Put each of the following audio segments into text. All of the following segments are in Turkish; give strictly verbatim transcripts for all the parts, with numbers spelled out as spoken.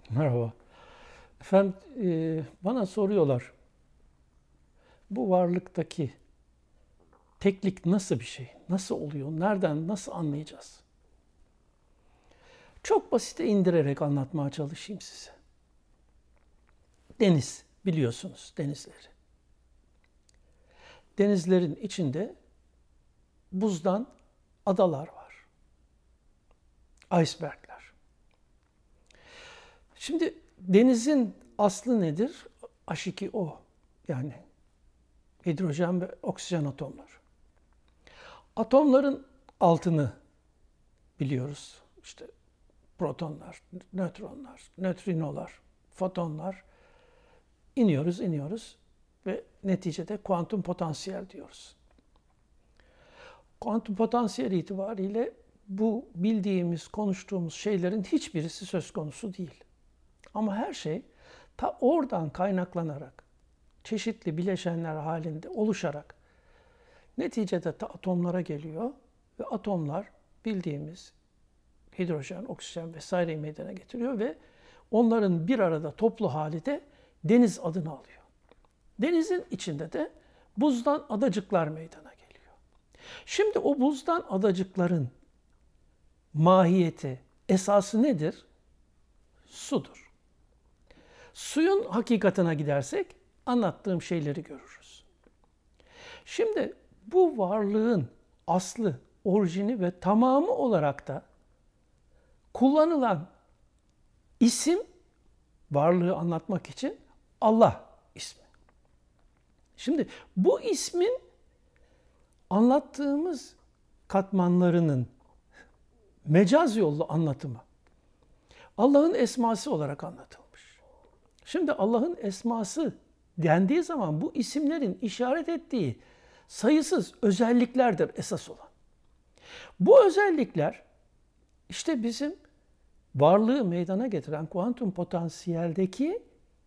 Merhaba. Efendim, e, bana soruyorlar, bu varlıktaki teklik nasıl bir şey? Nasıl oluyor? Nereden, nasıl anlayacağız? Çok basite indirerek anlatmaya çalışayım size. Deniz, biliyorsunuz denizleri. Denizlerin içinde buzdan adalar var. Icebergler. Şimdi denizin aslı nedir? H iki O. Yani hidrojen ve oksijen atomları. Atomların altını biliyoruz. İşte protonlar, nötronlar, nötrinolar, fotonlar. İniyoruz, iniyoruz ve neticede kuantum potansiyel diyoruz. Kuantum potansiyel itibariyle bu bildiğimiz, konuştuğumuz şeylerin hiçbirisi söz konusu değil. Ama her şey ta oradan kaynaklanarak, çeşitli bileşenler halinde oluşarak neticede ta atomlara geliyor ve atomlar bildiğimiz hidrojen, oksijen vesaireyi meydana getiriyor ve onların bir arada toplu hali de deniz adını alıyor. Denizin içinde de buzdan adacıklar meydana geliyor. Şimdi o buzdan adacıkların mahiyeti, esası nedir? Sudur. Suyun hakikatine gidersek anlattığım şeyleri görürüz. Şimdi bu varlığın aslı, orijini ve tamamı olarak da kullanılan isim, varlığı anlatmak için Allah ismi. Şimdi bu ismin anlattığımız katmanlarının mecaz yollu anlatımı Allah'ın esması olarak anlatılmış. Şimdi Allah'ın esması dendiği zaman bu isimlerin işaret ettiği sayısız özelliklerdir esas olan. Bu özellikler işte bizim varlığı meydana getiren kuantum potansiyeldeki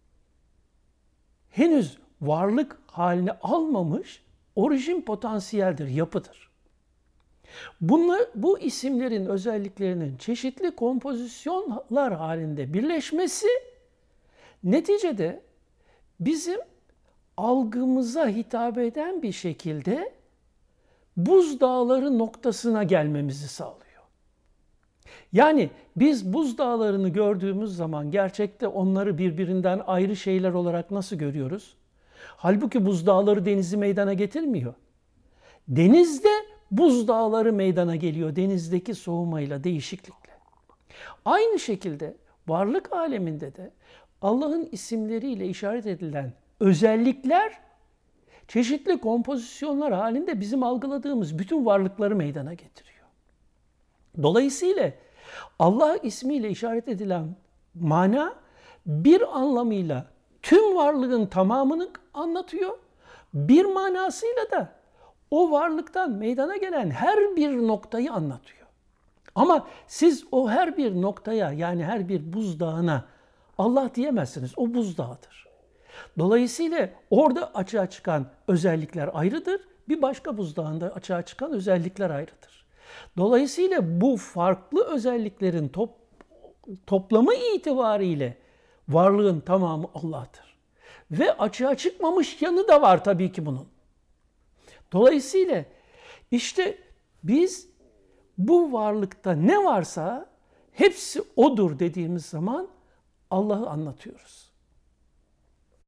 henüz varlık halini almamış orijin potansiyeldir, yapıdır. Bunlar, bu isimlerin özelliklerinin çeşitli kompozisyonlar halinde birleşmesi neticede bizim algımıza hitap eden bir şekilde buzdağları noktasına gelmemizi sağlıyor. Yani biz buzdağlarını gördüğümüz zaman gerçekte onları birbirinden ayrı şeyler olarak nasıl görüyoruz? Halbuki buzdağları denizi meydana getirmiyor. Denizde buzdağları meydana geliyor denizdeki soğumayla, değişiklikle. Aynı şekilde varlık aleminde de Allah'ın isimleriyle işaret edilen özellikler çeşitli kompozisyonlar halinde bizim algıladığımız bütün varlıkları meydana getiriyor. Dolayısıyla Allah ismiyle işaret edilen mana bir anlamıyla tüm varlığın tamamını anlatıyor. Bir manasıyla da o varlıktan meydana gelen her bir noktayı anlatıyor. Ama siz o her bir noktaya, yani her bir buzdağına Allah diyemezsiniz. O buzdağıdır. Dolayısıyla orada açığa çıkan özellikler ayrıdır. Bir başka buzdağında açığa çıkan özellikler ayrıdır. Dolayısıyla bu farklı özelliklerin top, toplamı itibariyle varlığın tamamı Allah'tır. Ve açığa çıkmamış yanı da var tabii ki bunun. Dolayısıyla işte biz bu varlıkta ne varsa hepsi odur dediğimiz zaman Allah'ı anlatıyoruz.